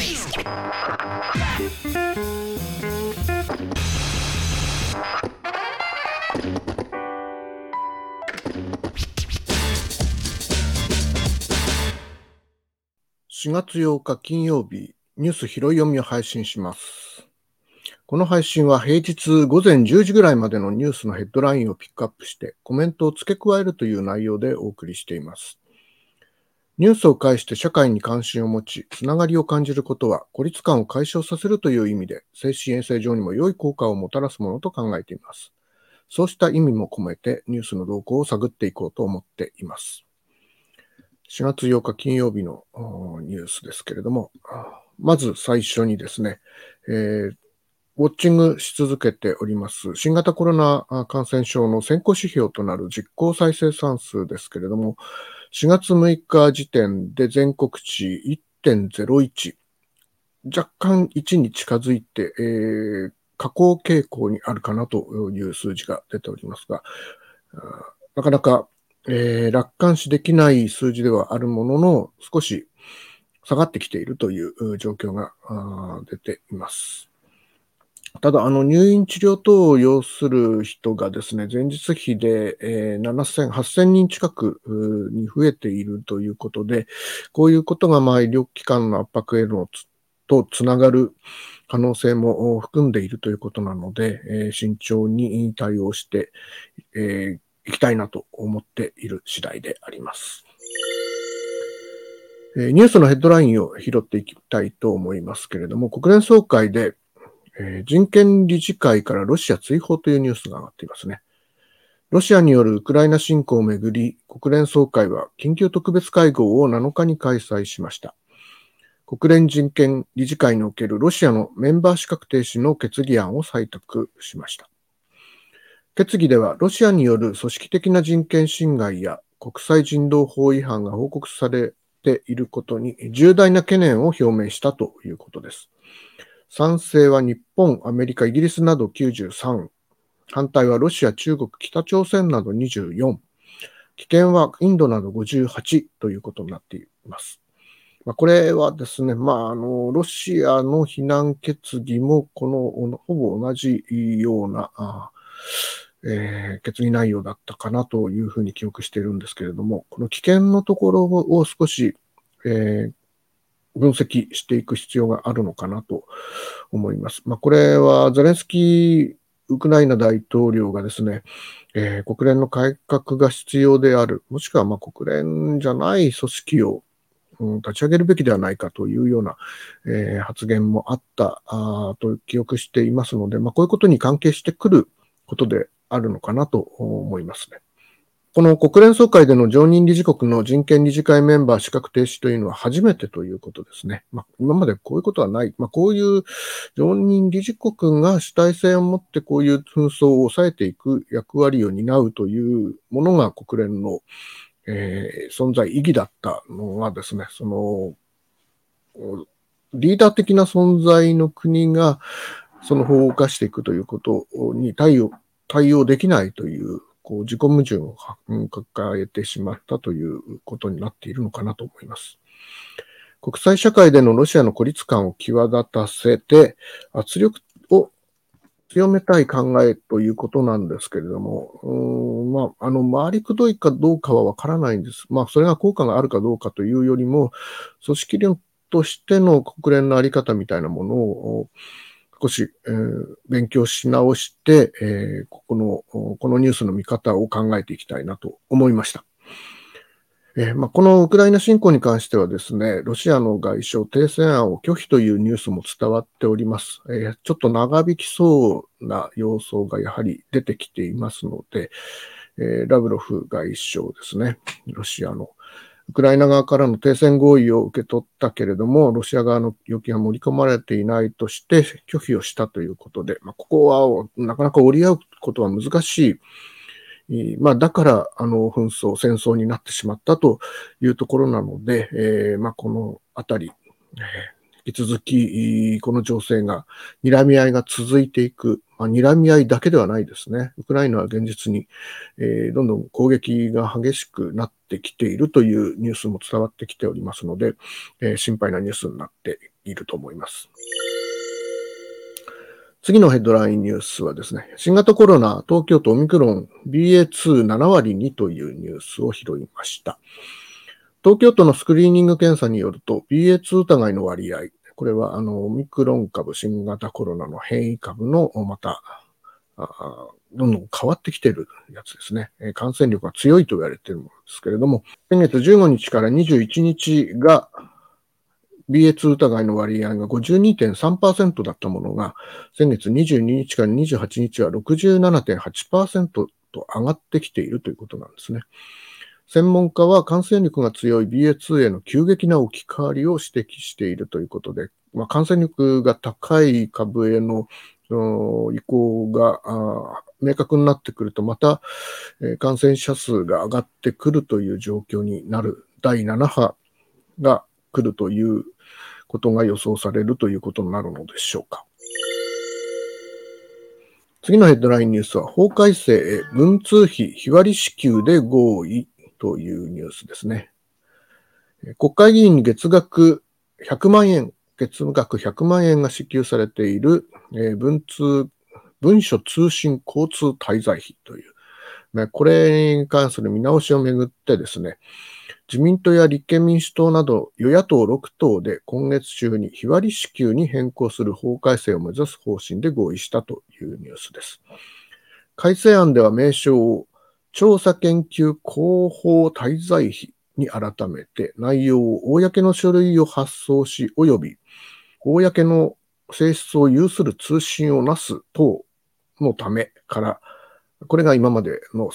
4月8日金曜日、ニュース拾い読みを配信します。この配信は平日午前10時ぐらいまでのニュースのヘッドラインをピックアップしてコメントを付け加えるという内容でお送りしています。ニュースを介して社会に関心を持ち、つながりを感じることは孤立感を解消させるという意味で、精神衛生上にも良い効果をもたらすものと考えています。そうした意味も込めてニュースの動向を探っていこうと思っています。4月8日金曜日のニュースですけれども、まず最初にですね、ウォッチングし続けております新型コロナ感染症の先行指標となる実効再生産数ですけれども、4月6日時点で全国値 1.01、若干1に近づいて、下降傾向にあるかなという数字が出ておりますが、なかなか楽観視できない数字ではあるものの、少し下がってきているという状況が出ています。ただ、入院治療等を要する人がですね、前日比で7000、8000人近くに増えているということで、こういうことが医療機関の圧迫へのとつながる可能性も含んでいるということなので、慎重に対応していきたいなと思っている次第であります。ニュースのヘッドラインを拾っていきたいと思いますけれども、国連総会で人権理事会からロシア追放というニュースが上がっていますね。ロシアによるウクライナ侵攻をめぐり、国連総会は緊急特別会合を7日に開催しました。国連人権理事会におけるロシアのメンバー資格停止の決議案を採択しました。決議では、ロシアによる組織的な人権侵害や国際人道法違反が報告されていることに重大な懸念を表明したということです。賛成は日本、アメリカ、イギリスなど93、反対はロシア、中国、北朝鮮など24、棄権はインドなど58ということになっています。これはですね、ロシアの非難決議もほぼ同じような決議内容だったかなというふうに記憶しているんですけれども、この棄権のところを少し、分析していく必要があるのかなと思います。これはゼレンスキーウクライナ大統領がですね、国連の改革が必要である、もしくは国連じゃない組織を立ち上げるべきではないかというような、発言もあったと記憶していますので、こういうことに関係してくることであるのかなと思いますね。この国連総会での常任理事国の人権理事会メンバー資格停止というのは初めてということですね。今までこういうことはない。こういう常任理事国が主体性を持ってこういう紛争を抑えていく役割を担うというものが国連の、存在意義だったのがですね、リーダー的な存在の国がその法を犯していくということに対応できないという自己矛盾を抱えてしまったということになっているのかなと思います。国際社会でのロシアの孤立感を際立たせて圧力を強めたい考えということなんですけれども、回りくどいかどうかはわからないんです。それが効果があるかどうかというよりも、組織論としての国連のあり方みたいなものを少し、勉強し直して、このニュースの見方を考えていきたいなと思いました。このウクライナ侵攻に関してはですね、ロシアの外相停戦案を拒否というニュースも伝わっております。ちょっと長引きそうな様相がやはり出てきていますので、ラブロフ外相ですね、ロシアの。ウクライナ側からの停戦合意を受け取ったけれども、ロシア側の要求が盛り込まれていないとして拒否をしたということで、ここはなかなか折り合うことは難しい。だから、戦争になってしまったというところなので、このあたり、引き続き、この情勢が、睨み合いが続いていく。睨み合いだけではないですね。ウクライナは現実に、どんどん攻撃が激しくなってきているというニュースも伝わってきておりますので、心配なニュースになっていると思います。次のヘッドラインニュースはですね、新型コロナ東京都オミクロン BA.2 7割にというニュースを拾いました。東京都のスクリーニング検査によると BA.2 疑いの割合、これはオミクロン株、新型コロナの変異株のまたどんどん変わってきているやつですね。感染力が強いと言われているものですけれども、先月15日から21日が BA.2 疑いの割合が 52.3% だったものが、先月22日から28日は 67.8% と上がってきているということなんですね。専門家は感染力が強い BA.2 への急激な置き換わりを指摘しているということで、感染力が高い株への移行が明確になってくると、また感染者数が上がってくるという状況になる、第7波が来るということが予想されるということになるのでしょうか。次のヘッドラインニュースは、法改正へ文通費日割り支給で合意というニュースですね。国会議員に月額100万円が支給されている文書通信交通滞在費という、これに関する見直しをめぐってですね、自民党や立憲民主党など与野党6党で今月中に日割り支給に変更する法改正を目指す方針で合意したというニュースです。改正案では名称を調査研究広報滞在費に改めて、内容を公の書類を発送し及び公の性質を有する通信をなす等のためから、これが今までの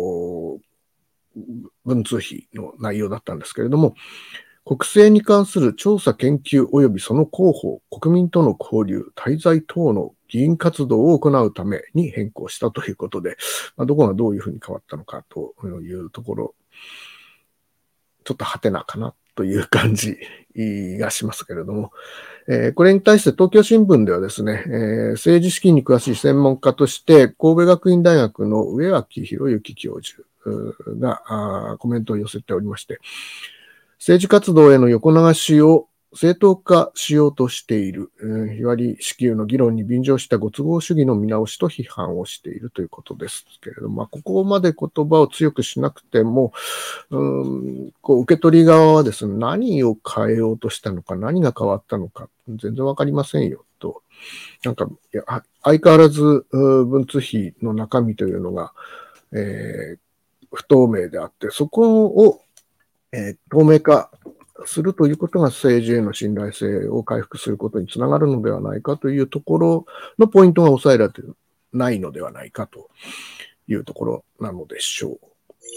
文通費の内容だったんですけれども、国政に関する調査研究及びその広報、国民との交流、滞在等の議員活動を行うために変更したということで、どこがどういうふうに変わったのかというところ、ちょっとハテナかなという感じがしますけれども、これに対して東京新聞ではですね、政治資金に詳しい専門家として、神戸学院大学の上脇博之教授がコメントを寄せておりまして、政治活動への横流しを正当化しようとしている、日割り支給の議論に便乗したご都合主義の見直しと批判をしているということですけれども、ここまで言葉を強くしなくても、受け取り側はですね、何を変えようとしたのか、何が変わったのか、全然わかりませんよと。相変わらず文通費の中身というのが、不透明であって、そこを、透明化するということが政治への信頼性を回復することにつながるのではないかというところのポイントが抑えられてないのではないかというところなのでしょう。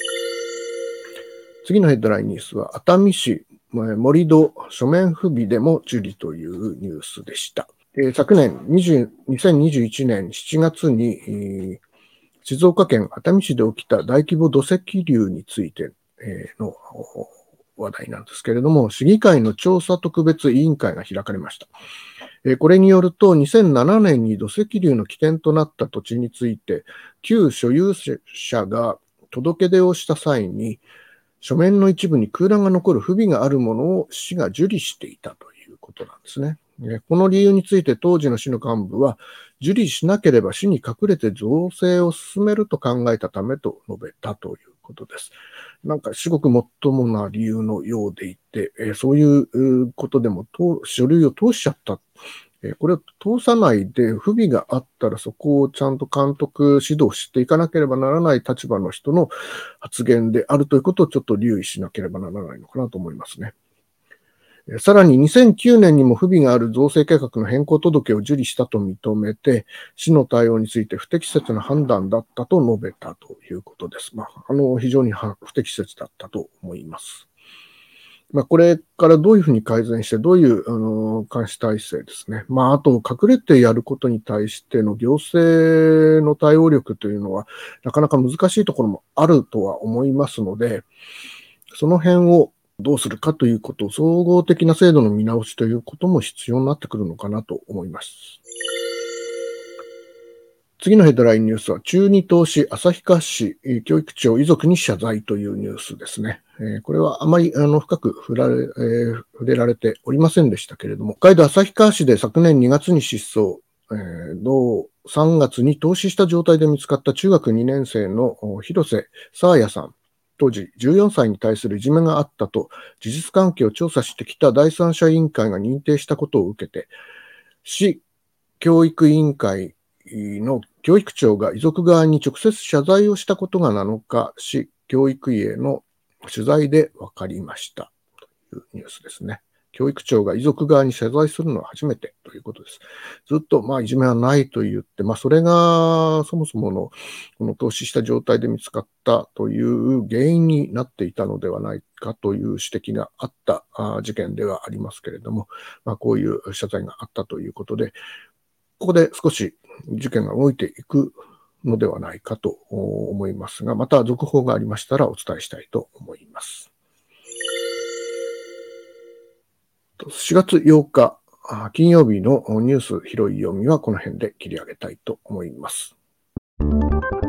次のヘッドラインニュースは、熱海市盛り土書面不備でも受理というニュースでした。昨年2021年7月に、静岡県熱海市で起きた大規模土石流についての話題なんですけれども、市議会の調査特別委員会が開かれました。これによると、2007年に土石流の起点となった土地について、旧所有者が届け出をした際に、書面の一部に空欄が残る不備があるものを市が受理していたということなんですね。この理由について当時の市の幹部は、受理しなければ市に隠れて造成を進めると考えたためと述べたということです。至極もっともな理由のようでいて、そういうことでも書類を通しちゃった。これを通さないで不備があったらそこをちゃんと監督、指導していかなければならない立場の人の発言であるということをちょっと留意しなければならないのかなと思いますね。さらに2009年にも不備がある造成計画の変更届を受理したと認めて、市の対応について不適切な判断だったと述べたということです。非常に不適切だったと思います。これからどういうふうに改善して、どういう監視体制ですね。あと、隠れてやることに対しての行政の対応力というのは、なかなか難しいところもあるとは思いますので、その辺をどうするかということを、総合的な制度の見直しということも必要になってくるのかなと思います。次のヘッドラインニュースは、中二投資旭川市教育長遺族に謝罪というニュースですね。 これはあまり深く触れられておりませんでしたけれども、北海道旭川市で昨年2月に失踪、同3月に凍死した状態で見つかった中学2年生の広瀬爽彩さん、当時14歳に対するいじめがあったと事実関係を調査してきた第三者委員会が認定したことを受けて、市教育委員会の教育長が遺族側に直接謝罪をしたことが7日、市教育委への取材で分かりましたというニュースですね。教育長が遺族側に謝罪するのは初めてということです。ずっといじめはないと言って、それがそもそものこの凍死した状態で見つかったという原因になっていたのではないかという指摘があった事件ではありますけれども、こういう謝罪があったということで、ここで少し事件が動いていくのではないかと思いますが、また続報がありましたらお伝えしたいと思います。4月8日、金曜日のニュース拾い読みはこの辺で切り上げたいと思います。